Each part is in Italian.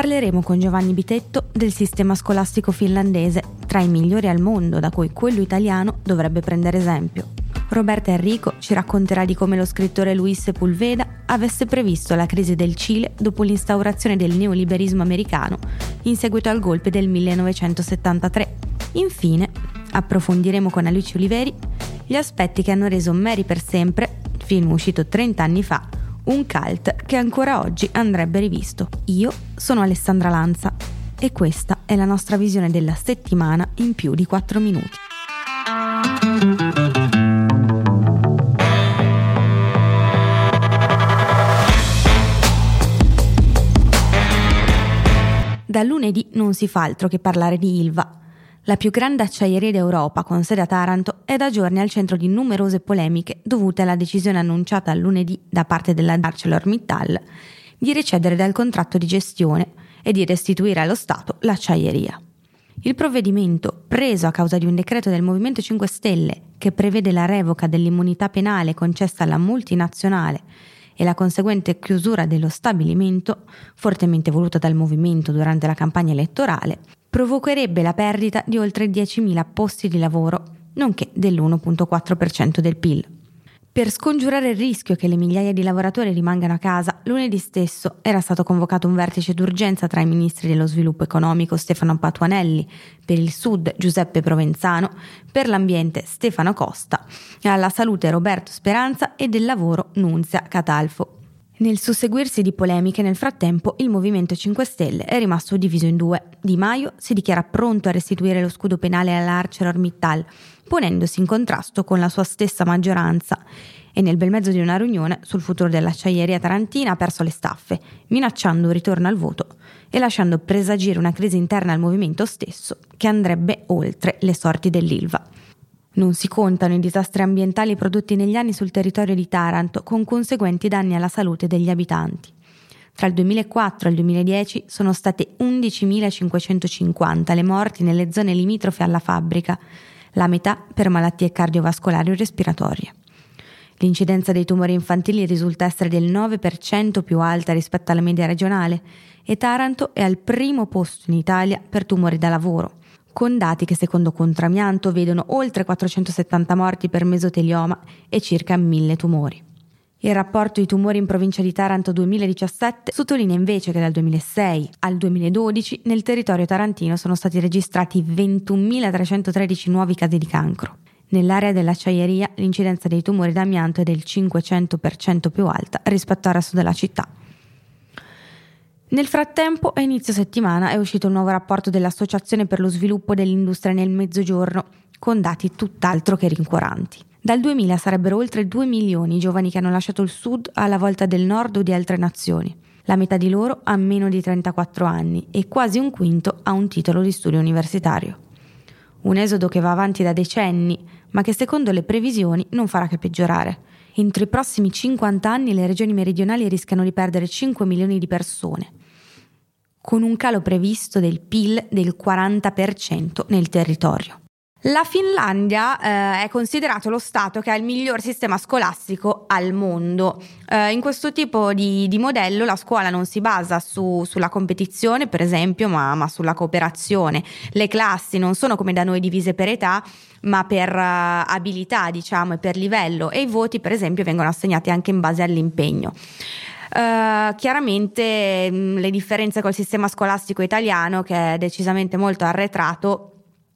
Parleremo con Giovanni Bitetto del sistema scolastico finlandese, tra i migliori al mondo, da cui quello italiano dovrebbe prendere esempio. Roberta Enrico ci racconterà di come lo scrittore Luis Sepulveda avesse previsto la crisi del Cile dopo l'instaurazione del neoliberismo americano in seguito al golpe del 1973. Infine, approfondiremo con Alice Oliveri gli aspetti che hanno reso Mary per sempre, film uscito 30 anni fa, un cult che ancora oggi andrebbe rivisto. Io sono Alessandra Lanza e questa è la nostra visione della settimana in più di 4 minuti. Da lunedì non si fa altro che parlare di Ilva. La più grande acciaieria d'Europa, con sede a Taranto, è da giorni al centro di numerose polemiche dovute alla decisione annunciata lunedì da parte della ArcelorMittal di recedere dal contratto di gestione e di restituire allo Stato l'acciaieria. Il provvedimento, preso a causa di un decreto del Movimento 5 Stelle che prevede la revoca dell'immunità penale concessa alla multinazionale e la conseguente chiusura dello stabilimento, fortemente voluta dal movimento durante la campagna elettorale, provocherebbe la perdita di oltre 10.000 posti di lavoro, nonché dell'1,4% del PIL. Per scongiurare il rischio che le migliaia di lavoratori rimangano a casa, lunedì stesso era stato convocato un vertice d'urgenza tra i ministri dello sviluppo economico Stefano Patuanelli, per il Sud Giuseppe Provenzano, per l'ambiente Stefano Costa, alla salute Roberto Speranza e del lavoro Nunzia Catalfo. Nel susseguirsi di polemiche, nel frattempo, il Movimento 5 Stelle è rimasto diviso in due. Di Maio si dichiara pronto a restituire lo scudo penale all'ArcelorMittal, ponendosi in contrasto con la sua stessa maggioranza, e nel bel mezzo di una riunione sul futuro dell'acciaieria tarantina ha perso le staffe, minacciando un ritorno al voto e lasciando presagire una crisi interna al movimento stesso che andrebbe oltre le sorti dell'Ilva. Non si contano i disastri ambientali prodotti negli anni sul territorio di Taranto, con conseguenti danni alla salute degli abitanti. Tra il 2004 e il 2010 sono state 11.550 le morti nelle zone limitrofe alla fabbrica, la metà per malattie cardiovascolari o respiratorie. L'incidenza dei tumori infantili risulta essere del 9% più alta rispetto alla media regionale e Taranto è al primo posto in Italia per tumori da lavoro, con dati che secondo Contramianto vedono oltre 470 morti per mesotelioma e circa 1.000 tumori. Il rapporto I tumori in provincia di Taranto 2017 sottolinea invece che dal 2006 al 2012 nel territorio tarantino sono stati registrati 21.313 nuovi casi di cancro. Nell'area dell'acciaieria l'incidenza dei tumori d'amianto è del 500% più alta rispetto al resto della città. Nel frattempo, a inizio settimana è uscito un nuovo rapporto dell'Associazione per lo sviluppo dell'industria nel Mezzogiorno, con dati tutt'altro che rincuoranti. Dal 2000 sarebbero oltre 2 milioni i giovani che hanno lasciato il Sud alla volta del Nord o di altre nazioni. La metà di loro ha meno di 34 anni e quasi un quinto ha un titolo di studio universitario. Un esodo che va avanti da decenni, ma che secondo le previsioni non farà che peggiorare. Entro i prossimi 50 anni le regioni meridionali rischiano di perdere 5 milioni di persone, con un calo previsto del PIL del 40% nel territorio. La Finlandia è considerato lo Stato che ha il miglior sistema scolastico al mondo. In questo tipo di modello la scuola non si basa sulla competizione, per esempio, ma sulla cooperazione. Le classi non sono come da noi divise per età, ma per abilità, diciamo, e per livello, e i voti, per esempio, vengono assegnati anche in base all'impegno. Chiaramente le differenze col sistema scolastico italiano, che è decisamente molto arretrato,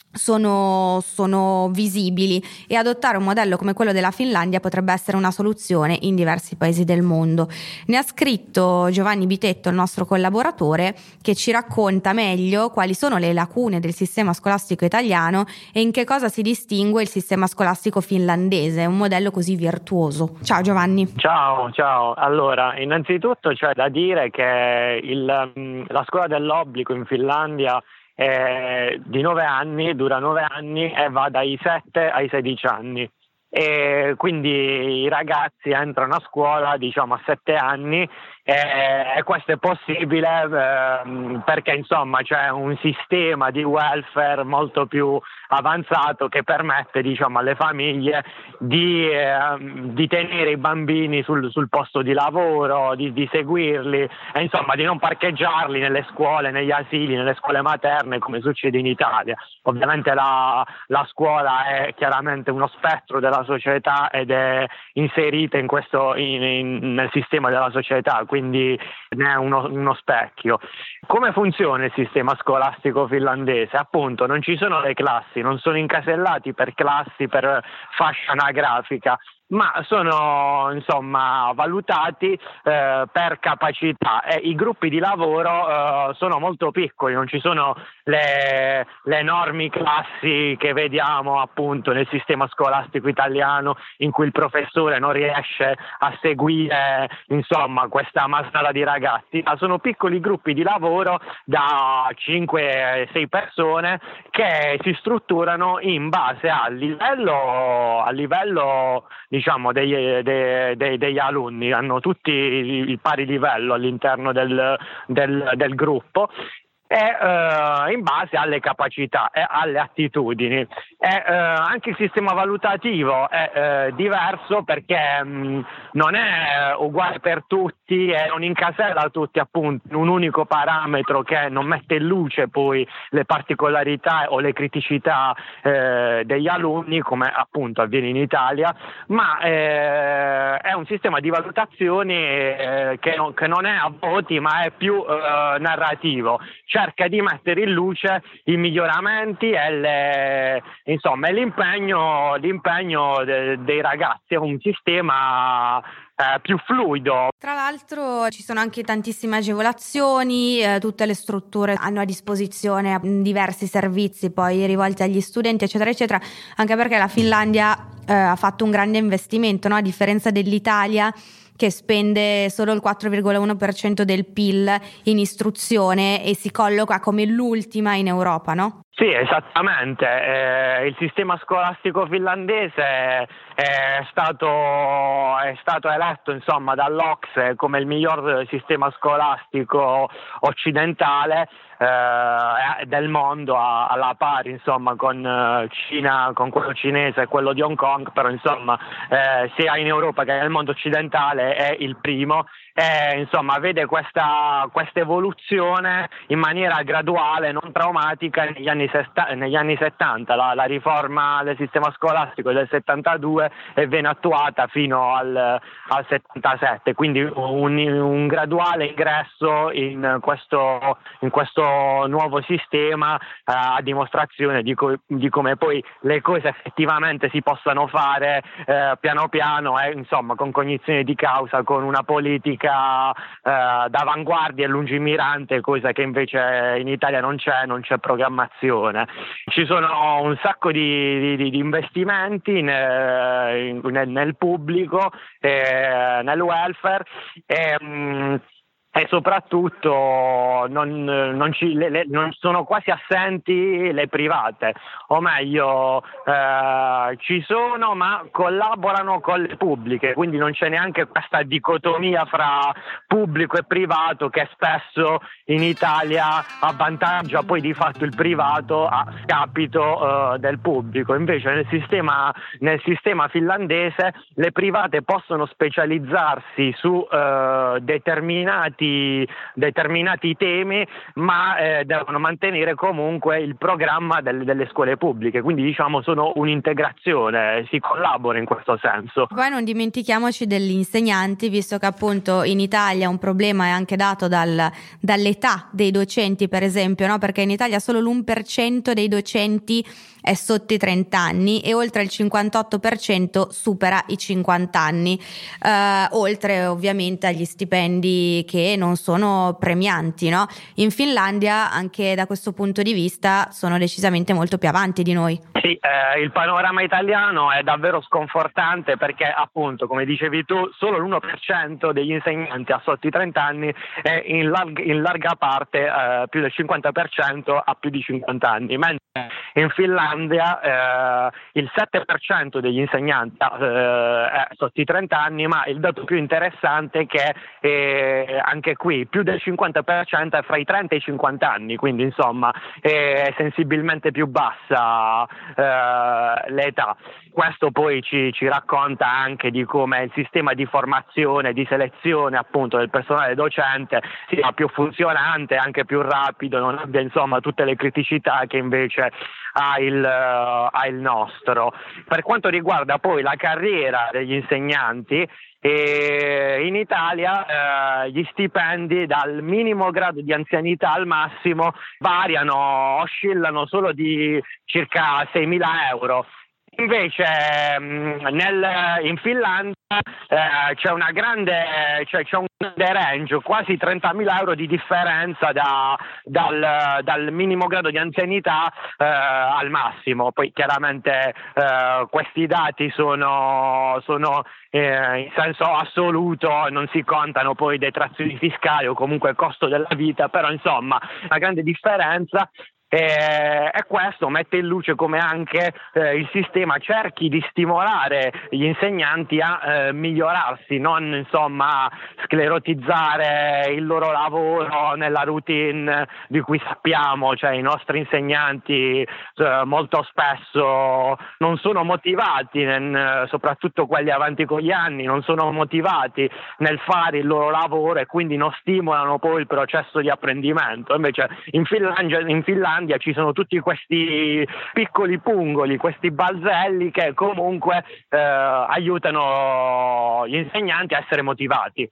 sono visibili, e adottare un modello come quello della Finlandia potrebbe essere una soluzione in diversi paesi del mondo. Ne ha scritto Giovanni Bitetto, il nostro collaboratore, che ci racconta meglio quali sono le lacune del sistema scolastico italiano e in che cosa si distingue il sistema scolastico finlandese, un modello così virtuoso. Ciao Giovanni. Ciao. Allora, innanzitutto c'è da dire che la scuola dell'obbligo in Finlandia di 9 anni, dura 9 anni e va dai 7 ai 16 anni, e quindi i ragazzi entrano a scuola, diciamo, a 7 anni e questo è possibile perché insomma c'è un sistema di welfare molto più avanzato che permette, diciamo, alle famiglie di tenere i bambini sul posto di lavoro, di seguirli e insomma di non parcheggiarli nelle scuole, negli asili, nelle scuole materne come succede in Italia. Ovviamente la scuola è chiaramente uno spettro della società ed è inserita nel sistema della società, quindi ne è uno specchio. Come funziona il sistema scolastico finlandese? Appunto, non ci sono le classi, non sono incasellati per classi, per fascia anagrafica, ma sono insomma valutati per capacità e i gruppi di lavoro sono molto piccoli, non ci sono le enormi classi che vediamo appunto nel sistema scolastico italiano in cui il professore non riesce a seguire insomma questa massata di ragazzi, ma sono piccoli gruppi di lavoro da 5-6 persone che si strutturano in base al livello diciamo degli alunni, hanno tutti il pari livello all'interno del gruppo e in base alle capacità e alle attitudini. Anche il sistema valutativo è diverso perché non è uguale per tutti e non incasella tutti appunto in un unico parametro che non mette in luce poi le particolarità o le criticità degli alunni come appunto avviene in Italia, ma è un sistema di valutazioni che non è a voti ma è più narrativo. Cerca di mettere in luce i miglioramenti e l'impegno dei ragazzi. È un sistema più fluido. Tra l'altro ci sono anche tantissime agevolazioni, tutte le strutture hanno a disposizione diversi servizi poi rivolti agli studenti eccetera eccetera, anche perché la Finlandia ha fatto un grande investimento, no? A differenza dell'Italia che spende solo il 4,1% del PIL in istruzione e si colloca come l'ultima in Europa, no? Sì, esattamente. Il sistema scolastico finlandese è stato eletto insomma dall'OCSE come il miglior sistema scolastico occidentale del mondo, alla pari insomma con Cina, con quello cinese e quello di Hong Kong, però insomma sia in Europa che nel mondo occidentale è il primo. Insomma vede questa evoluzione in maniera graduale, non traumatica negli anni 70. La riforma del sistema scolastico del 72 e viene attuata fino al 77, quindi un graduale ingresso in questo nuovo sistema a dimostrazione di come poi le cose effettivamente si possano fare piano piano e insomma con cognizione di causa, con una politica d'avanguardia e lungimirante, cosa che invece in Italia non c'è programmazione. Ci sono un sacco di investimenti nel pubblico, nel welfare e soprattutto non sono quasi assenti le private, o meglio ci sono ma collaborano con le pubbliche, quindi non c'è neanche questa dicotomia fra pubblico e privato che spesso in Italia avvantaggia poi di fatto il privato a scapito del pubblico. Invece nel sistema finlandese le private possono specializzarsi su determinati temi, ma devono mantenere comunque il programma delle scuole pubbliche, quindi diciamo sono un'integrazione, si collabora in questo senso. Poi non dimentichiamoci degli insegnanti, visto che appunto in Italia un problema è anche dato dall'età dei docenti, per esempio, no? Perché in Italia solo l'1% dei docenti è sotto i 30 anni e oltre il 58% supera i 50 anni, oltre ovviamente agli stipendi che non sono premianti, no? In Finlandia anche da questo punto di vista sono decisamente molto più avanti di noi. Sì, il panorama italiano è davvero sconfortante perché appunto, come dicevi tu, solo l'1% degli insegnanti ha sotto i 30 anni e in larga parte più del 50% ha più di 50 anni, mentre in Finlandia il 7% degli insegnanti è sotto i 30 anni, ma il dato più interessante è che anche qui più del 50% è fra i 30 e i 50 anni, quindi insomma è sensibilmente più bassa l'età. Questo poi ci racconta anche di come il sistema di formazione, di selezione appunto del personale docente sia più funzionante, anche più rapido, non abbia insomma tutte le criticità che invece ha il nostro. Per quanto riguarda poi la carriera degli insegnanti, in Italia gli stipendi dal minimo grado di anzianità al massimo oscillano solo di circa 6.000 euro. Invece in Finlandia c'è un grande range, quasi 30.000 euro di differenza dal minimo grado di anzianità al massimo. Poi chiaramente questi dati sono in senso assoluto, non si contano poi detrazioni fiscali o comunque costo della vita, però insomma una grande differenza. E questo mette in luce come anche il sistema cerchi di stimolare gli insegnanti a migliorarsi, non insomma sclerotizzare il loro lavoro nella routine di cui sappiamo, cioè i nostri insegnanti molto spesso non sono motivati, soprattutto quelli avanti con gli anni, non sono motivati nel fare il loro lavoro e quindi non stimolano poi il processo di apprendimento. Invece in Finlandia ci sono tutti questi piccoli pungoli, questi balzelli che comunque aiutano gli insegnanti a essere motivati.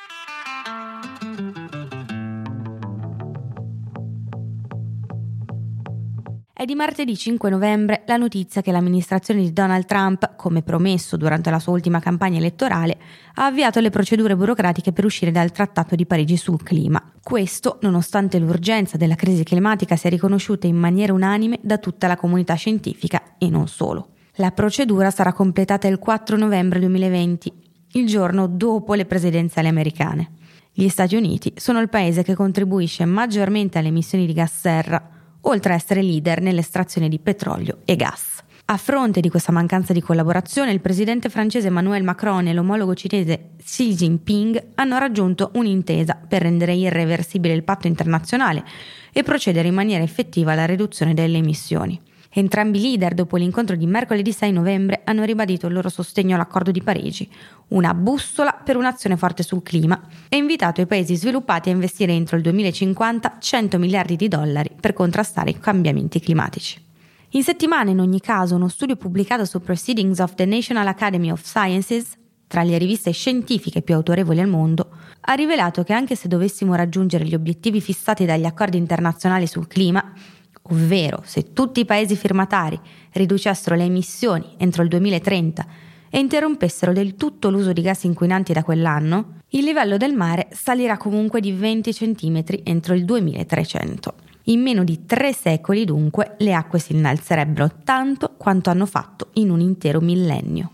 È di martedì 5 novembre la notizia che l'amministrazione di Donald Trump, come promesso durante la sua ultima campagna elettorale, ha avviato le procedure burocratiche per uscire dal Trattato di Parigi sul clima. Questo, nonostante l'urgenza della crisi climatica sia riconosciuta in maniera unanime da tutta la comunità scientifica e non solo. La procedura sarà completata il 4 novembre 2020, il giorno dopo le presidenziali americane. Gli Stati Uniti sono il paese che contribuisce maggiormente alle emissioni di gas serra, oltre a essere leader nell'estrazione di petrolio e gas. A fronte di questa mancanza di collaborazione, il presidente francese Emmanuel Macron e l'omologo cinese Xi Jinping hanno raggiunto un'intesa per rendere irreversibile il patto internazionale e procedere in maniera effettiva alla riduzione delle emissioni. Entrambi i leader, dopo l'incontro di mercoledì 6 novembre, hanno ribadito il loro sostegno all'accordo di Parigi, una bussola per un'azione forte sul clima, e invitato i paesi sviluppati a investire entro il 2050 $100 miliardi per contrastare i cambiamenti climatici. In settimana, in ogni caso, uno studio pubblicato su Proceedings of the National Academy of Sciences, tra le riviste scientifiche più autorevoli al mondo, ha rivelato che anche se dovessimo raggiungere gli obiettivi fissati dagli accordi internazionali sul clima, ovvero se tutti i paesi firmatari riducessero le emissioni entro il 2030 e interrompessero del tutto l'uso di gas inquinanti da quell'anno, il livello del mare salirà comunque di 20 cm entro il 2300. In meno di 3 secoli, dunque, le acque si innalzerebbero tanto quanto hanno fatto in un intero millennio.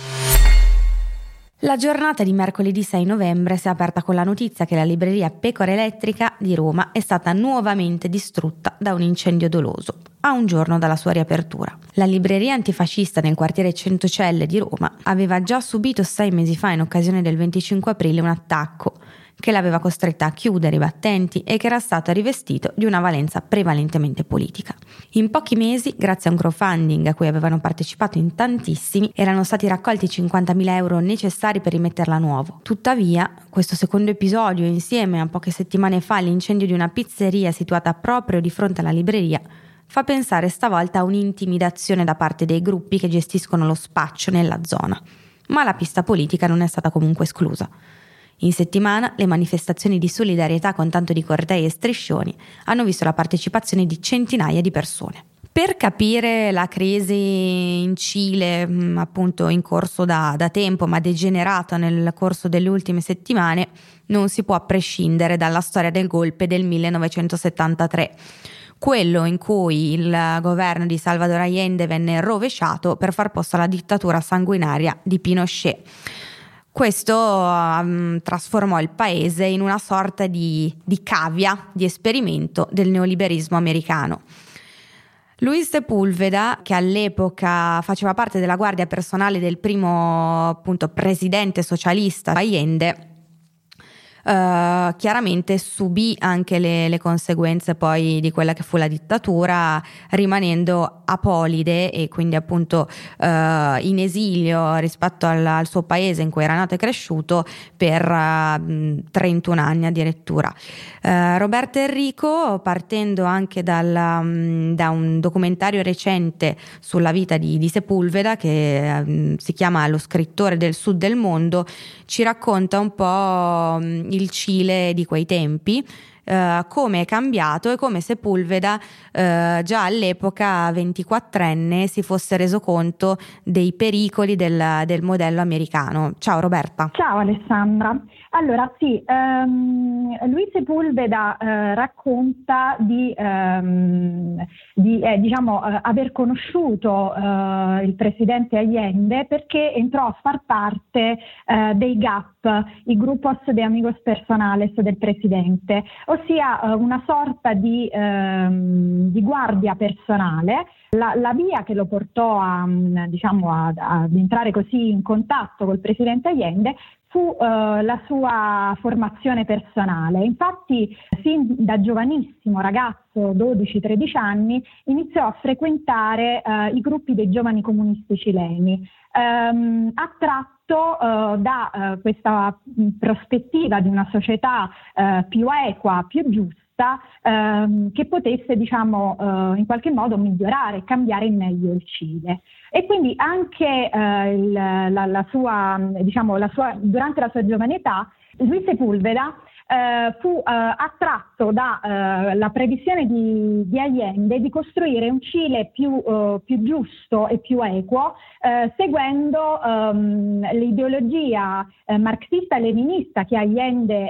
La giornata di mercoledì 6 novembre si è aperta con la notizia che la libreria Pecora Elettrica di Roma è stata nuovamente distrutta da un incendio doloso, a un giorno dalla sua riapertura. La libreria antifascista nel quartiere Centocelle di Roma aveva già subito 6 mesi fa, in occasione del 25 aprile, un attacco che l'aveva costretta a chiudere i battenti e che era stato rivestito di una valenza prevalentemente politica. In pochi mesi, grazie a un crowdfunding a cui avevano partecipato in tantissimi, erano stati raccolti 50.000 euro necessari per rimetterla a nuovo. Tuttavia, questo secondo episodio, insieme a poche settimane fa l'incendio di una pizzeria situata proprio di fronte alla libreria, fa pensare stavolta a un'intimidazione da parte dei gruppi che gestiscono lo spaccio nella zona. Ma la pista politica non è stata comunque esclusa. In settimana le manifestazioni di solidarietà con tanto di cortei e striscioni hanno visto la partecipazione di centinaia di persone. Per capire la crisi in Cile, appunto in corso da tempo, ma degenerata nel corso delle ultime settimane, non si può prescindere dalla storia del golpe del 1973, quello in cui il governo di Salvador Allende venne rovesciato per far posto alla dittatura sanguinaria di Pinochet. Questo trasformò il paese in una sorta di cavia, di esperimento del neoliberismo americano. Luis Sepúlveda, che all'epoca faceva parte della guardia personale del primo appunto presidente socialista Allende, chiaramente subì anche le conseguenze poi di quella che fu la dittatura, rimanendo apolide e quindi appunto in esilio rispetto al suo paese in cui era nato e cresciuto per 31 anni addirittura. Roberto Enrico, partendo anche da un documentario recente sulla vita di Sepúlveda che si chiama Lo scrittore del sud del mondo, ci racconta un po' il Cile di quei tempi, come è cambiato e come Sepúlveda già all'epoca 24enne si fosse reso conto dei pericoli del modello americano. Ciao Roberta. Ciao Alessandra. Allora sì, Luis Sepúlveda racconta di aver conosciuto il presidente Allende perché entrò a far parte dei GAP, i Grupos de Amigos Personales del presidente, ossia una sorta di guardia personale. La via che lo portò ad entrare così in contatto col presidente Allende fu la sua formazione personale. Infatti, sin da giovanissimo ragazzo, 12-13 anni, iniziò a frequentare i gruppi dei giovani comunisti cileni, attratto da questa prospettiva di una società più equa, più giusta, che potesse in qualche modo migliorare e cambiare in meglio il Cile. E quindi anche durante la sua giovane età, Luis Sepúlveda fu attratto da la previsione di Allende di costruire un Cile più giusto e più equo, seguendo l'ideologia marxista-leninista che Allende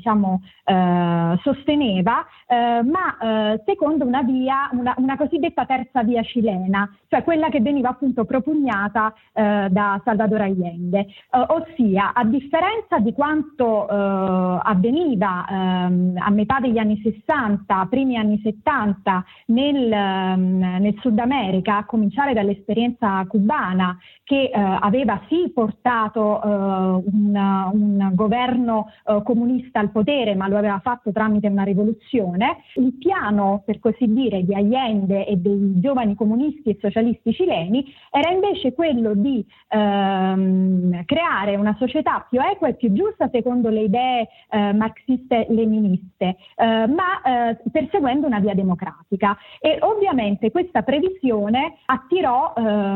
sosteneva, ma secondo una cosiddetta terza via cilena, cioè quella che veniva appunto propugnata da Salvador Allende, ossia, a differenza di quanto avveniva a metà degli anni 60, primi anni 70 nel Sud America, a cominciare dall'esperienza cubana, che aveva sì portato un governo comunista al potere, ma lo aveva fatto tramite una rivoluzione. Il piano, per così dire, di Allende e dei giovani comunisti e socialisti cileni era invece quello di creare una società più equa e più giusta secondo le idee marxiste leniniste, ma perseguendo una via democratica. E ovviamente questa previsione attirò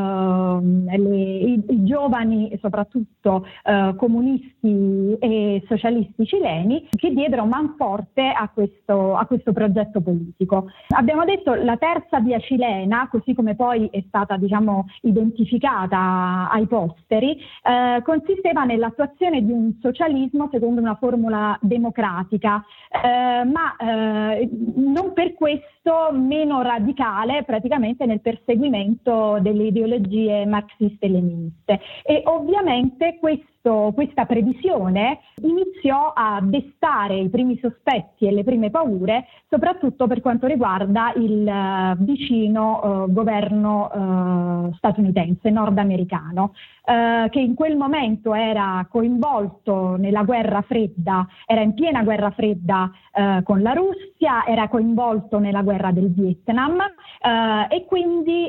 i giovani, soprattutto comunisti e socialisti cileni, che diedero manforte a questo progetto politico. Abbiamo detto la terza via cilena, così come poi è stata identificata ai posteri, consisteva nell'attuazione di un socialismo secondo una formula democratica, ma non per questo meno radicale praticamente nel perseguimento delle ideologie marxiste e leniniste. E ovviamente questa previsione iniziò a destare i primi sospetti e le prime paure, soprattutto per quanto riguarda il vicino governo statunitense, nordamericano, che in quel momento era coinvolto nella guerra fredda, era in piena guerra fredda con la Russia, era coinvolto nella guerra del Vietnam e quindi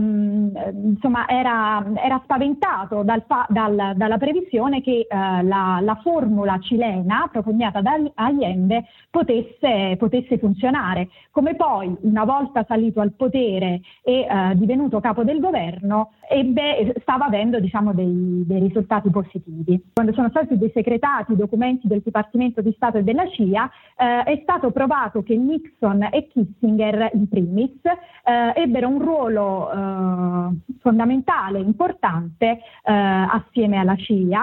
era spaventato dalla previsione che la formula cilena propugnata da Allende potesse funzionare, come poi una volta salito al potere e divenuto capo del governo stava avendo dei risultati positivi. Quando sono stati desecretati i documenti del Dipartimento di Stato e della CIA, è stato provato che Nixon e Kissinger in primis ebbero un ruolo fondamentale, importante, assieme alla CIA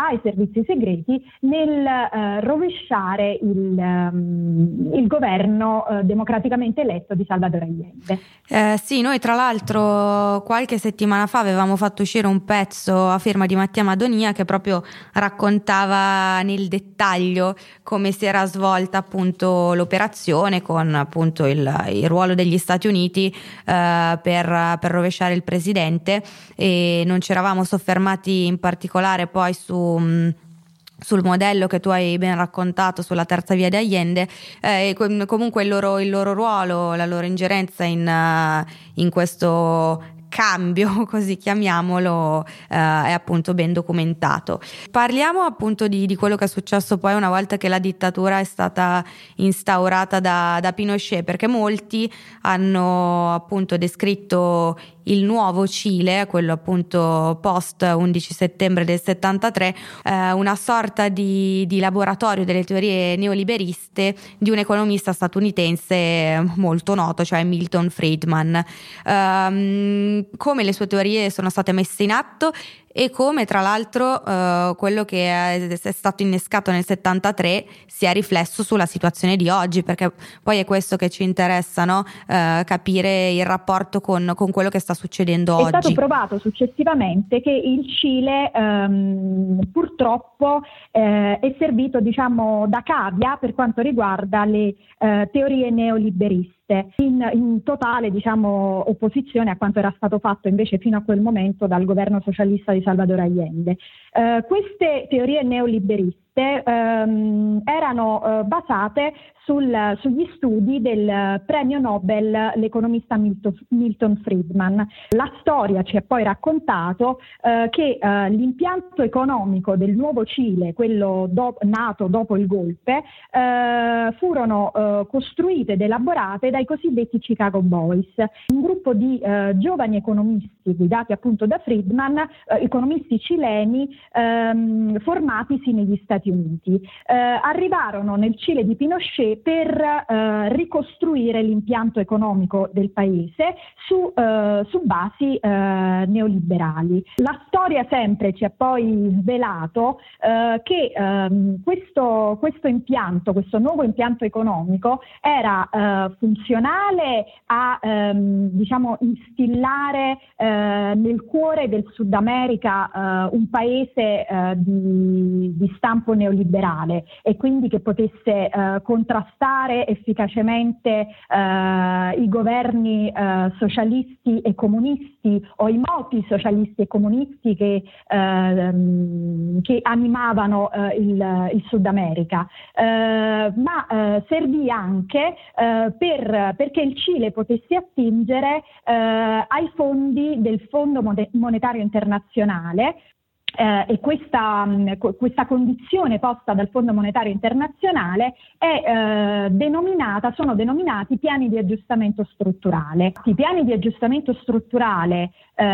CIA e i servizi segreti nel rovesciare il governo democraticamente eletto di Salvador Allende. Sì, noi tra l'altro qualche settimana fa avevamo fatto uscire un pezzo a firma di Mattia Madonia che proprio raccontava nel dettaglio come si era svolta appunto l'operazione, con appunto il ruolo degli Stati Uniti per rovesciare il presidente, e non ci eravamo soffermati in particolare poi sul modello che tu hai ben raccontato sulla terza via di Allende, e comunque il loro ruolo, la loro ingerenza in questo cambio, così chiamiamolo, è appunto ben documentato. Parliamo appunto di quello che è successo poi una volta che la dittatura è stata instaurata da Pinochet, perché molti hanno appunto descritto il nuovo Cile, quello appunto post 11 settembre del 73, una sorta di laboratorio delle teorie neoliberiste di un economista statunitense molto noto, cioè Milton Friedman. Come le sue teorie sono state messe in atto e come tra l'altro quello che è stato innescato nel 73 si è riflesso sulla situazione di oggi, perché poi è questo che ci interessa, no? Capire il rapporto con quello che sta succedendo oggi. È stato provato successivamente che il Cile purtroppo è servito, diciamo, da cavia per quanto riguarda le teorie neoliberiste, in totale, diciamo, opposizione a quanto era stato fatto invece fino a quel momento dal governo socialista di Salvador Allende. Queste teorie neoliberiste erano basate sugli studi del premio Nobel l'economista Milton Friedman. La storia ci ha poi raccontato che l'impianto economico del nuovo Cile, quello nato dopo il golpe, furono costruite ed elaborate dai cosiddetti Chicago Boys, un gruppo di giovani economisti guidati appunto da Friedman, economisti cileni formatisi negli Stati Uniti. Arrivarono nel Cile di Pinochet per ricostruire l'impianto economico del paese su basi neoliberali. La storia sempre ci ha poi svelato che questo impianto, questo nuovo impianto economico era funzionale a diciamo instillare nel cuore del Sud America un paese di stampo neoliberale, e quindi che potesse contrastare efficacemente i governi socialisti e comunisti, o i moti socialisti e comunisti che animavano il Sud America, ma servì anche perché il Cile potesse attingere ai fondi del Fondo Monetario Internazionale. E questa condizione posta dal Fondo Monetario Internazionale sono denominati piani di aggiustamento strutturale. I piani di aggiustamento strutturale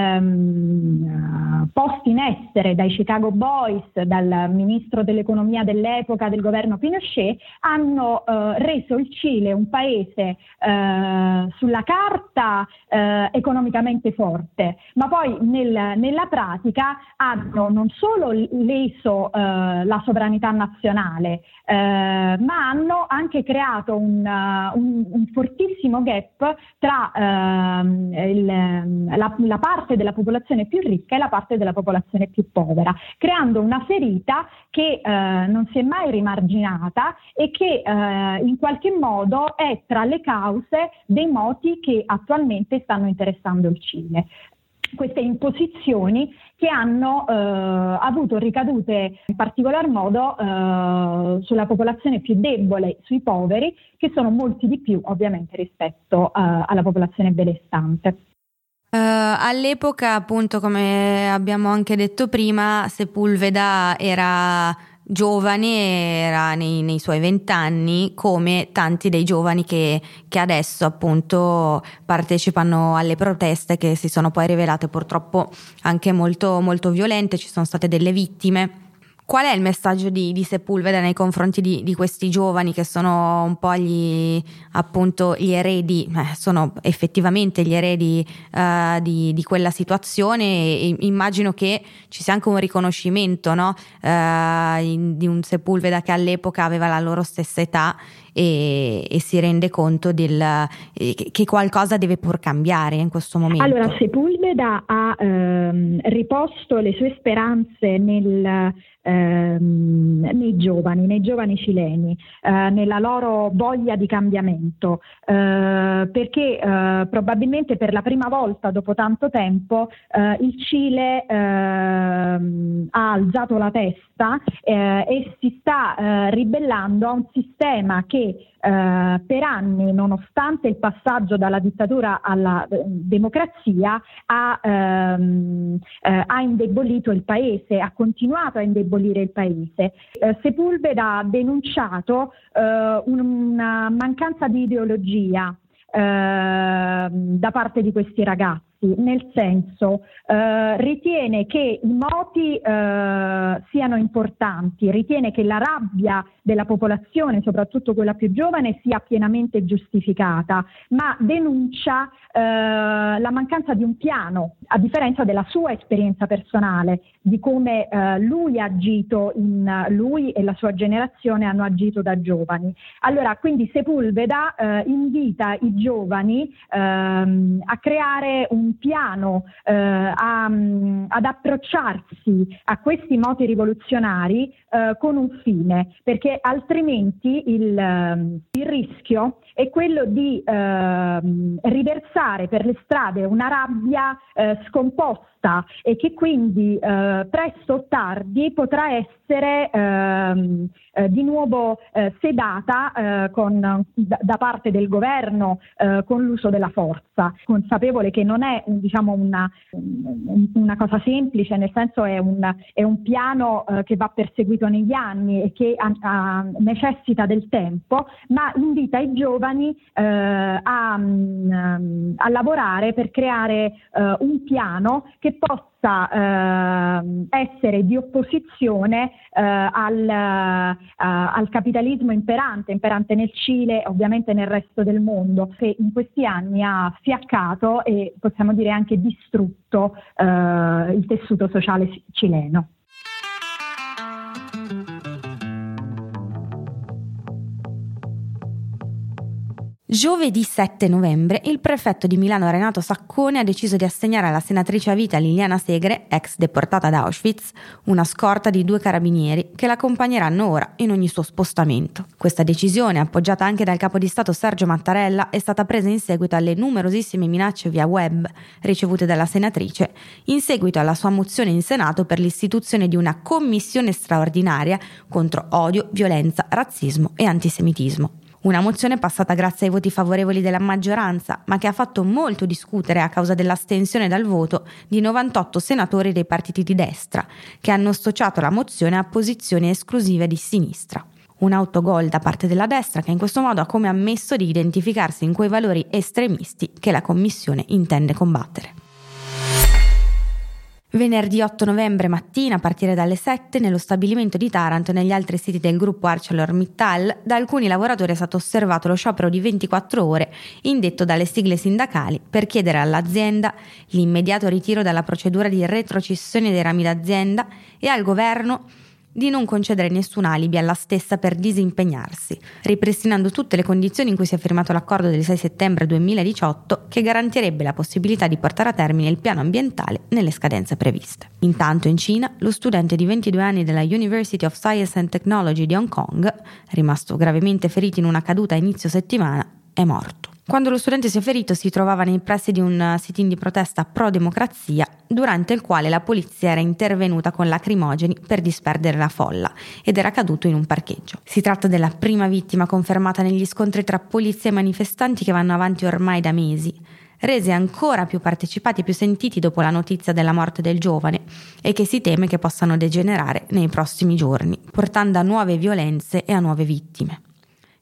posti in essere dai Chicago Boys, dal ministro dell'economia dell'epoca del governo Pinochet, hanno reso il Cile un paese sulla carta economicamente forte, ma poi nella pratica hanno non solo leso la sovranità nazionale, ma hanno anche creato un fortissimo gap tra la parte della popolazione più ricca e la parte della popolazione più povera, creando una ferita che non si è mai rimarginata e che in qualche modo è tra le cause dei moti che attualmente stanno interessando il Cile. Queste imposizioni che hanno avuto ricadute in particolar modo sulla popolazione più debole, sui poveri, che sono molti di più ovviamente rispetto alla popolazione benestante. All'epoca, appunto, come abbiamo anche detto prima, Sepúlveda era giovane, era nei suoi 20 anni, come tanti dei giovani che adesso appunto partecipano alle proteste, che si sono poi rivelate purtroppo anche molto, molto violente. Ci sono state delle vittime. Qual è il messaggio di Sepúlveda nei confronti di questi giovani che sono un po' gli eredi, sono effettivamente gli eredi di quella situazione, e immagino che ci sia anche un riconoscimento, no? Di un Sepúlveda che all'epoca aveva la loro stessa età e si rende conto che qualcosa deve pur cambiare in questo momento. Allora, Sepúlveda ha riposto le sue speranze nei giovani cileni, nella loro voglia di cambiamento, perché probabilmente per la prima volta dopo tanto tempo il Cile ha alzato la testa e si sta ribellando a un sistema che per anni, nonostante il passaggio dalla dittatura alla democrazia, ha indebolito il paese, ha continuato a indebolire il paese. Sepúlveda ha denunciato una mancanza di ideologia da parte di questi ragazzi, nel senso ritiene che i moti siano importanti, ritiene che la rabbia della popolazione, soprattutto quella più giovane, sia pienamente giustificata, ma denuncia la mancanza di un piano, a differenza della sua esperienza personale, di come lui ha agito, lui e la sua generazione hanno agito da giovani. Allora, quindi Sepúlveda invita i giovani a creare un piano, ad approcciarsi a questi moti rivoluzionari con un fine, perché altrimenti il rischio è quello di riversare per le strade una rabbia scomposta e che quindi presto o tardi potrà essere di nuovo sedata da parte del governo con l'uso della forza, consapevole che non è una cosa semplice, nel senso è un piano che va perseguito negli anni e che necessita del tempo, ma invita i giovani a lavorare per creare un piano che possa essere di opposizione al capitalismo imperante nel Cile, ovviamente nel resto del mondo, che in questi anni ha fiaccato e possiamo dire anche distrutto il tessuto sociale cileno. Giovedì 7 novembre il prefetto di Milano Renato Saccone ha deciso di assegnare alla senatrice a vita Liliana Segre, ex deportata ad Auschwitz, una scorta di 2 carabinieri che l'accompagneranno ora in ogni suo spostamento. Questa decisione, appoggiata anche dal capo di Stato Sergio Mattarella, è stata presa in seguito alle numerosissime minacce via web ricevute dalla senatrice in seguito alla sua mozione in Senato per l'istituzione di una commissione straordinaria contro odio, violenza, razzismo e antisemitismo. Una mozione passata grazie ai voti favorevoli della maggioranza, ma che ha fatto molto discutere a causa dell'astensione dal voto di 98 senatori dei partiti di destra, che hanno associato la mozione a posizioni esclusive di sinistra. Un autogol da parte della destra che in questo modo ha come ammesso di identificarsi in quei valori estremisti che la Commissione intende combattere. Venerdì 8 novembre mattina, a partire dalle 7, nello stabilimento di Taranto e negli altri siti del gruppo ArcelorMittal, da alcuni lavoratori è stato osservato lo sciopero di 24 ore indetto dalle sigle sindacali per chiedere all'azienda l'immediato ritiro dalla procedura di retrocessione dei rami d'azienda e al governo di non concedere nessun alibi alla stessa per disimpegnarsi, ripristinando tutte le condizioni in cui si è firmato l'accordo del 6 settembre 2018 che garantirebbe la possibilità di portare a termine il piano ambientale nelle scadenze previste. Intanto in Cina, lo studente di 22 anni della University of Science and Technology di Hong Kong, rimasto gravemente ferito in una caduta a inizio settimana, è morto. Quando lo studente si è ferito si trovava nei pressi di un sit-in di protesta pro-democrazia, durante il quale la polizia era intervenuta con lacrimogeni per disperdere la folla ed era caduto in un parcheggio. Si tratta della prima vittima confermata negli scontri tra polizia e manifestanti che vanno avanti ormai da mesi, resi ancora più partecipati e più sentiti dopo la notizia della morte del giovane e che si teme che possano degenerare nei prossimi giorni, portando a nuove violenze e a nuove vittime.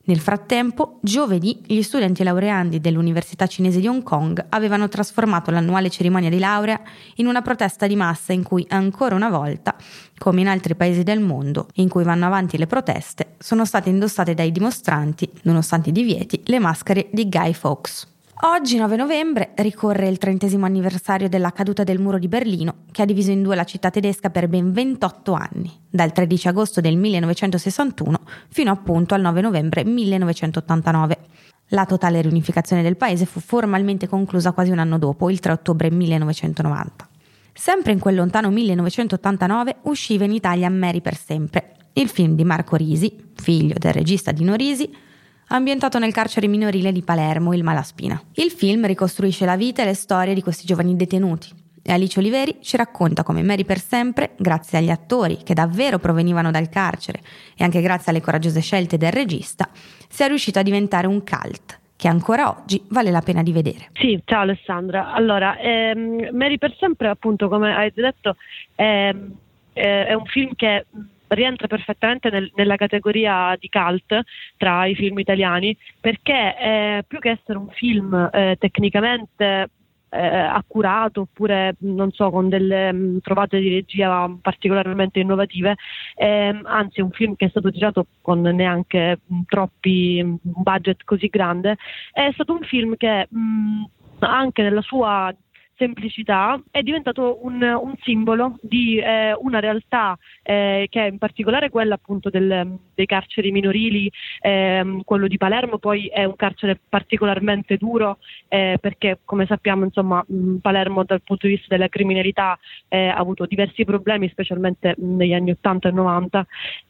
Nel frattempo, giovedì, gli studenti laureandi dell'Università Cinese di Hong Kong avevano trasformato l'annuale cerimonia di laurea in una protesta di massa in cui, ancora una volta, come in altri paesi del mondo in cui vanno avanti le proteste, sono state indossate dai dimostranti, nonostante i divieti, le maschere di Guy Fawkes. Oggi, 9 novembre, ricorre il 30° anniversario della caduta del muro di Berlino, che ha diviso in due la città tedesca per ben 28 anni, dal 13 agosto del 1961 fino appunto al 9 novembre 1989. La totale riunificazione del paese fu formalmente conclusa quasi un anno dopo, il 3 ottobre 1990. Sempre in quel lontano 1989 usciva in Italia Mary per sempre, il film di Marco Risi, figlio del regista Dino Risi, ambientato nel carcere minorile di Palermo, il Malaspina. Il film ricostruisce la vita e le storie di questi giovani detenuti e Alice Oliveri ci racconta come Mary per sempre, grazie agli attori che davvero provenivano dal carcere e anche grazie alle coraggiose scelte del regista, sia riuscito a diventare un cult che ancora oggi vale la pena di vedere. Sì, ciao Alessandra. Allora, Mary per sempre, appunto, come hai detto, è un film che rientra perfettamente nella categoria di cult tra i film italiani, perché più che essere un film tecnicamente accurato oppure non so con delle trovate di regia particolarmente innovative, anzi è un film che è stato girato con neanche troppi budget così grande, è stato un film che anche nella sua semplicità è diventato un simbolo di una realtà che è in particolare quella appunto dei carceri minorili. Quello di Palermo poi è un carcere particolarmente duro perché, come sappiamo, insomma, Palermo dal punto di vista della criminalità ha avuto diversi problemi, specialmente negli anni 80 e 90,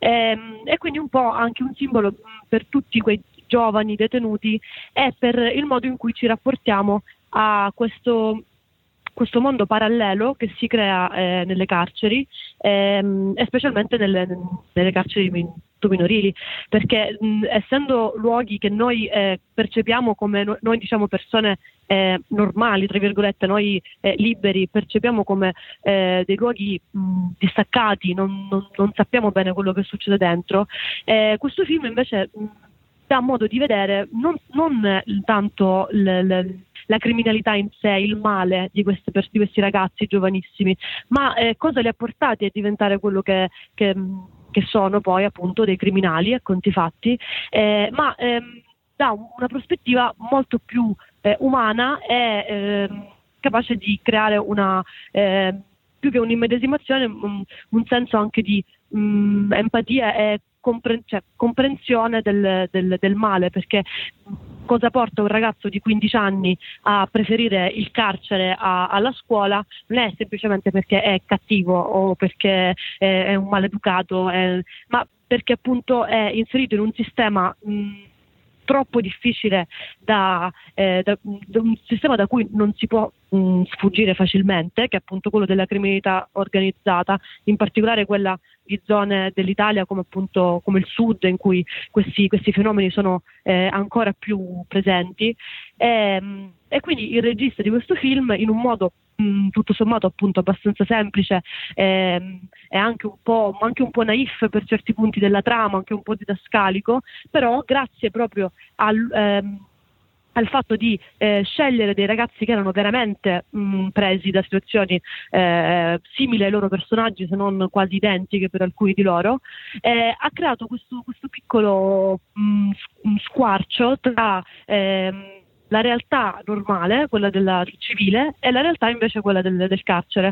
e quindi un po' anche un simbolo per tutti quei giovani detenuti e per il modo in cui ci rapportiamo a questo mondo parallelo che si crea nelle carceri, e specialmente nelle carceri minorili, perché essendo luoghi che noi percepiamo come noi diciamo persone normali, tra virgolette, noi liberi, percepiamo come dei luoghi distaccati, non sappiamo bene quello che succede dentro, questo film invece dà modo di vedere non tanto la criminalità in sé, il male di questi ragazzi giovanissimi, ma cosa li ha portati a diventare quello che sono poi appunto dei criminali a conti fatti, ma da una prospettiva molto più umana e capace di creare una più che un'immedesimazione, un senso anche di empatia e comprensione del male, perché cosa porta un ragazzo di 15 anni a preferire il carcere alla scuola non è semplicemente perché è cattivo o perché è un maleducato, ma perché appunto è inserito in un sistema troppo difficile, da un sistema da cui non si può sfuggire facilmente, che è appunto quello della criminalità organizzata, in particolare quella di zone dell'Italia come appunto come il sud, in cui questi fenomeni sono ancora più presenti, e quindi il regista di questo film, in un modo tutto sommato appunto abbastanza semplice, è anche un po' naif per certi punti della trama, anche un po' didascalico, però grazie proprio al fatto di scegliere dei ragazzi che erano veramente presi da situazioni simili ai loro personaggi, se non quasi identiche per alcuni di loro, ha creato questo piccolo squarcio tra la realtà normale, quella della civile, e la realtà invece quella del carcere,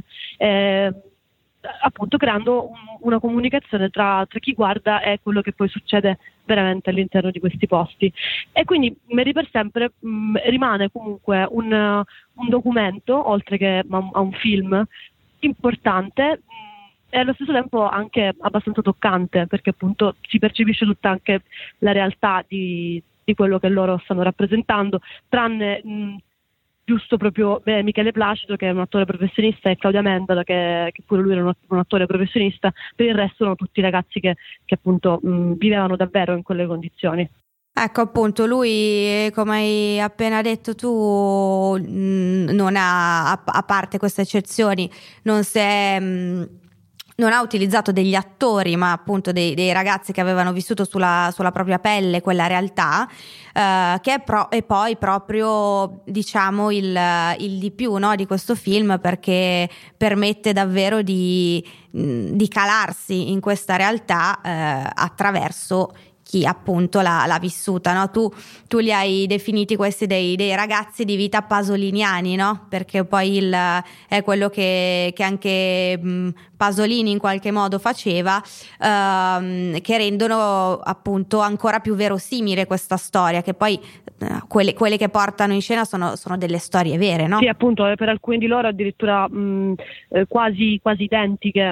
appunto creando una comunicazione tra chi guarda e quello che poi succede veramente all'interno di questi posti. E quindi Mary per sempre rimane comunque un documento, oltre che a un film importante, e allo stesso tempo anche abbastanza toccante, perché appunto si percepisce tutta anche la realtà di quello che loro stanno rappresentando, tranne giusto proprio Michele Placido, che è un attore professionista, e Claudia Mendola, che pure lui era un attore professionista. Per il resto sono tutti ragazzi che appunto vivevano davvero in quelle condizioni. Ecco, appunto, lui, come hai appena detto tu, non ha, a parte queste eccezioni, non si è non ha utilizzato degli attori, ma appunto dei ragazzi che avevano vissuto sulla propria pelle quella realtà, che è poi proprio, diciamo, il di più, no, di questo film, perché permette davvero di calarsi in questa realtà attraverso chi appunto l'ha vissuta, no? Tu li hai definiti questi dei ragazzi di vita pasoliniani, no? Perché poi è quello che anche Pasolini in qualche modo faceva, che rendono appunto ancora più verosimile questa storia, che poi quelle che portano in scena sono delle storie vere, no? Sì, appunto, per alcuni di loro addirittura quasi identiche.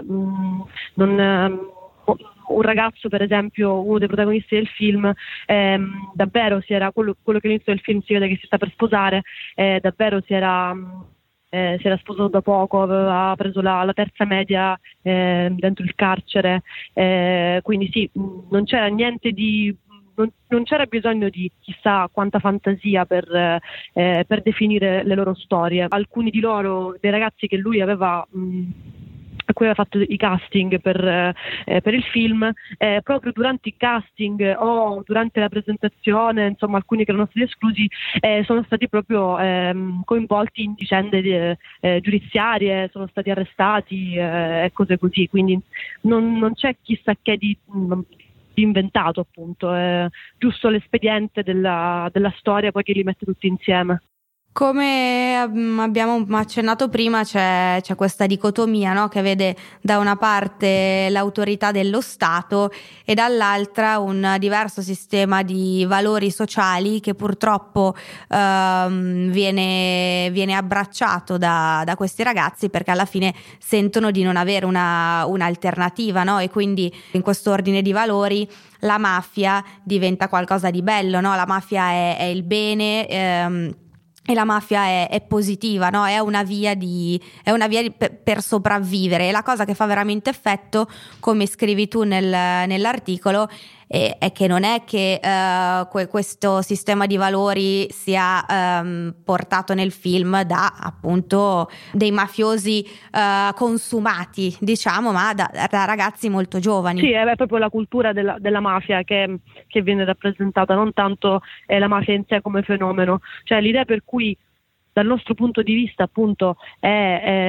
Un ragazzo, per esempio, uno dei protagonisti del film, davvero si era quello che all'inizio del film si vede che si sta per sposare, davvero si era sposato da poco, aveva preso la terza media dentro il carcere, quindi sì, non c'era niente di... Non c'era bisogno di chissà quanta fantasia per definire le loro storie. Alcuni di loro, dei ragazzi che lui aveva... a cui aveva fatto i casting per il film, proprio durante i casting o durante la presentazione, insomma alcuni che erano stati esclusi sono stati proprio coinvolti in vicende giudiziarie, sono stati arrestati e cose così, quindi non c'è chissà che di inventato, appunto, è giusto l'espediente della storia poi che li mette tutti insieme. Come abbiamo accennato prima, c'è questa dicotomia, no? Che vede da una parte l'autorità dello Stato e dall'altra un diverso sistema di valori sociali che purtroppo viene abbracciato da questi ragazzi, perché alla fine sentono di non avere un'alternativa, no? E quindi in questo ordine di valori la mafia diventa qualcosa di bello, no? La mafia è il bene, e la mafia è positiva, no? È una via per sopravvivere. E la cosa che fa veramente effetto, come scrivi tu nell'articolo, è che non è che questo sistema di valori sia portato nel film da appunto dei mafiosi consumati, diciamo, ma da ragazzi molto giovani. Sì, è proprio la cultura della mafia che viene rappresentata, non tanto la mafia in sé come fenomeno. Cioè l'idea per cui dal nostro punto di vista appunto è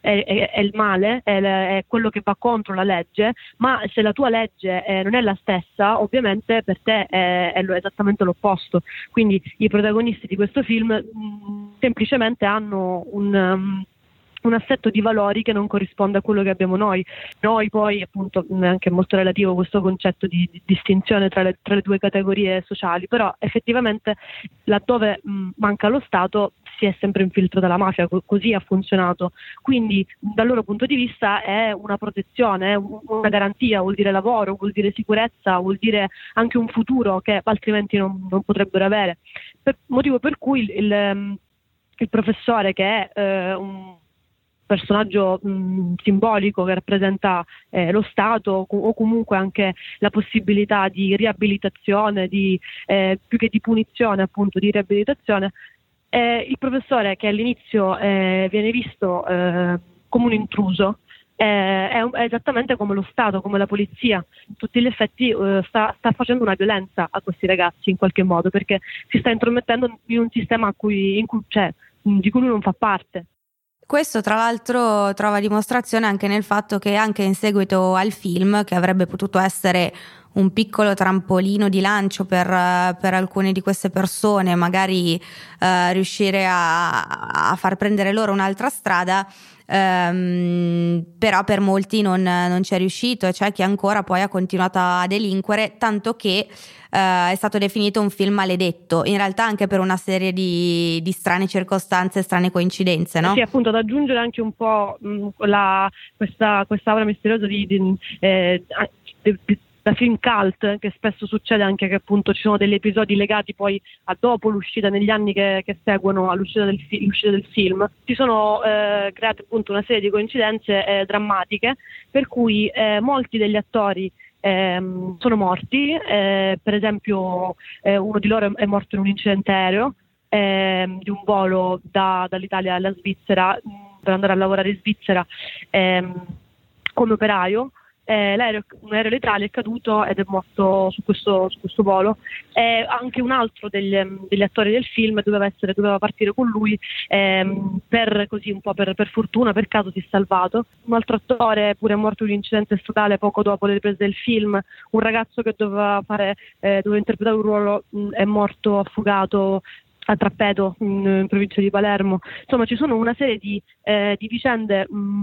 il male, è quello che va contro la legge, ma se la tua legge non è la stessa, ovviamente per te è esattamente l'opposto. Quindi i protagonisti di questo film semplicemente hanno un assetto di valori che non corrisponde a quello che abbiamo noi. Noi poi, appunto, è anche molto relativo questo concetto di distinzione tra le due categorie sociali, però effettivamente laddove manca lo Stato si è sempre infiltrata la mafia, così ha funzionato. Quindi dal loro punto di vista è una protezione, è una garanzia, vuol dire lavoro, vuol dire sicurezza, vuol dire anche un futuro che altrimenti non potrebbero avere. Motivo per cui il professore, che è un personaggio simbolico che rappresenta lo Stato, o comunque anche la possibilità di riabilitazione, più che di punizione, appunto di riabilitazione, il professore, che all'inizio viene visto come un intruso, è esattamente come lo Stato, come la polizia, in tutti gli effetti sta facendo una violenza a questi ragazzi in qualche modo, perché si sta intromettendo in un sistema di cui lui non fa parte. Questo tra l'altro trova dimostrazione anche nel fatto che anche in seguito al film, che avrebbe potuto essere un piccolo trampolino di lancio per alcune di queste persone, magari riuscire a far prendere loro un'altra strada, però per molti non c'è riuscito, e c'è chi ancora poi ha continuato a delinquere, tanto che è stato definito un film maledetto, in realtà anche per una serie di strane circostanze, strane coincidenze, no? Sì, appunto, ad aggiungere anche un po' questa aura misteriosa da film cult, che spesso succede anche che appunto ci sono degli episodi legati poi a dopo l'uscita, negli anni che seguono all'uscita del film. Si sono create appunto una serie di coincidenze drammatiche, per cui molti degli attori sono morti, per esempio uno di loro è morto in un incidente aereo di un volo dall'Italia alla Svizzera per andare a lavorare in Svizzera. come operaio. Un aereo letale è caduto ed è morto su questo volo. Anche un altro degli attori del film doveva partire con lui, così un po' per fortuna, per caso si è salvato. Un altro attore pure è morto in un incidente stradale poco dopo le riprese del film. Un ragazzo che doveva interpretare un ruolo è morto affogato a Trappeto, in provincia di Palermo. Insomma, ci sono una serie di vicende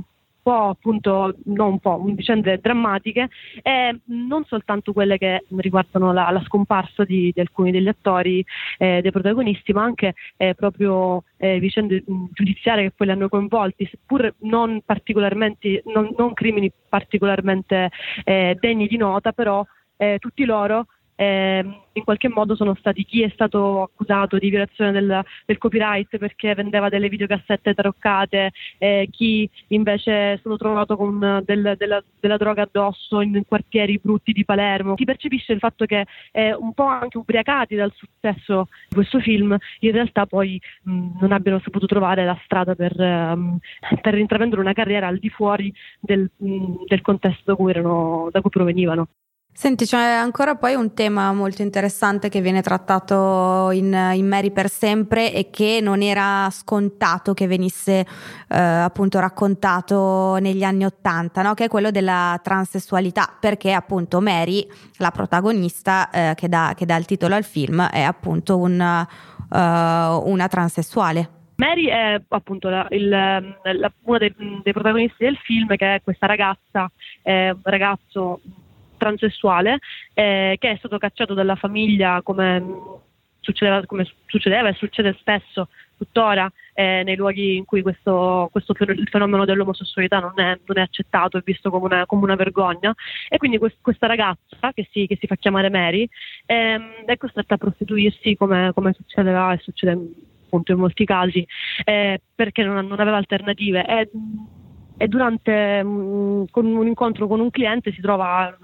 vicende drammatiche, e non soltanto quelle che riguardano la scomparsa di alcuni degli attori, dei protagonisti, ma anche proprio vicende giudiziarie che poi li hanno coinvolti, seppur non crimini particolarmente degni di nota, però tutti loro in qualche modo sono stati, chi è stato accusato di violazione del copyright perché vendeva delle videocassette taroccate, chi invece è stato trovato con della droga addosso in quartieri brutti di Palermo. Si percepisce il fatto che un po' anche ubriacati dal successo di questo film, in realtà poi non abbiano saputo trovare la strada per intraprendere una carriera al di fuori del contesto da cui provenivano. Senti, c'è ancora poi un tema molto interessante che viene trattato in Mary per sempre e che non era scontato che venisse appunto raccontato negli anni '80, no? Che è quello della transessualità, perché appunto Mary, la protagonista che dà il titolo al film, è appunto una transessuale. Mary è appunto uno dei protagonisti del film, che è questa ragazza, ragazzo transessuale, che è stato cacciato dalla famiglia come succedeva e succede spesso tuttora nei luoghi in cui il fenomeno dell'omosessualità non è accettato, è visto come una vergogna, e quindi questa ragazza che si fa chiamare Mary è costretta a prostituirsi come succedeva e succede appunto in molti casi, perché non aveva alternative, e durante con un incontro con un cliente si trova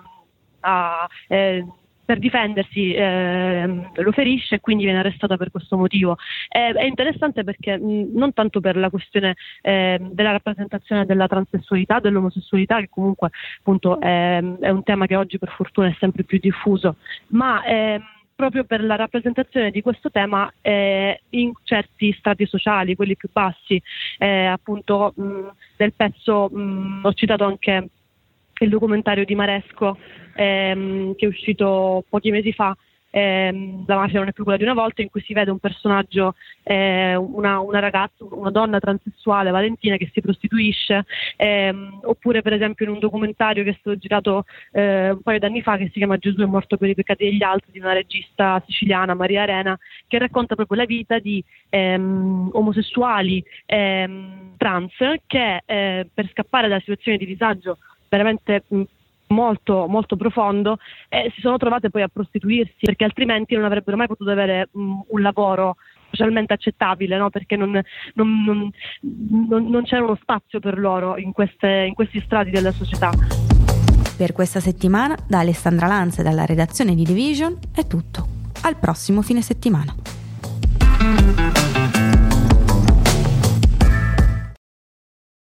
per difendersi lo ferisce, e quindi viene arrestata per questo motivo. È interessante perché non tanto per la questione della rappresentazione della transessualità, dell'omosessualità, che comunque appunto è un tema che oggi per fortuna è sempre più diffuso, ma proprio per la rappresentazione di questo tema in certi strati sociali, quelli più bassi. Appunto del pezzo ho citato anche il documentario di Maresco che è uscito pochi mesi fa, La mafia non è più quella di una volta, in cui si vede un personaggio, una ragazza, una donna transessuale, Valentina, che si prostituisce, oppure per esempio in un documentario che è stato girato un paio d'anni fa, che si chiama Gesù è morto per i peccati degli altri, di una regista siciliana, Maria Arena, che racconta proprio la vita di omosessuali trans che per scappare da situazioni di disagio veramente molto molto profondo si sono trovate poi a prostituirsi, perché altrimenti non avrebbero mai potuto avere un lavoro socialmente accettabile, no? Perché non c'era uno spazio per loro in questi strati della società. Per questa settimana da Alessandra Lanza e dalla redazione di The Vision è tutto. Al prossimo fine settimana.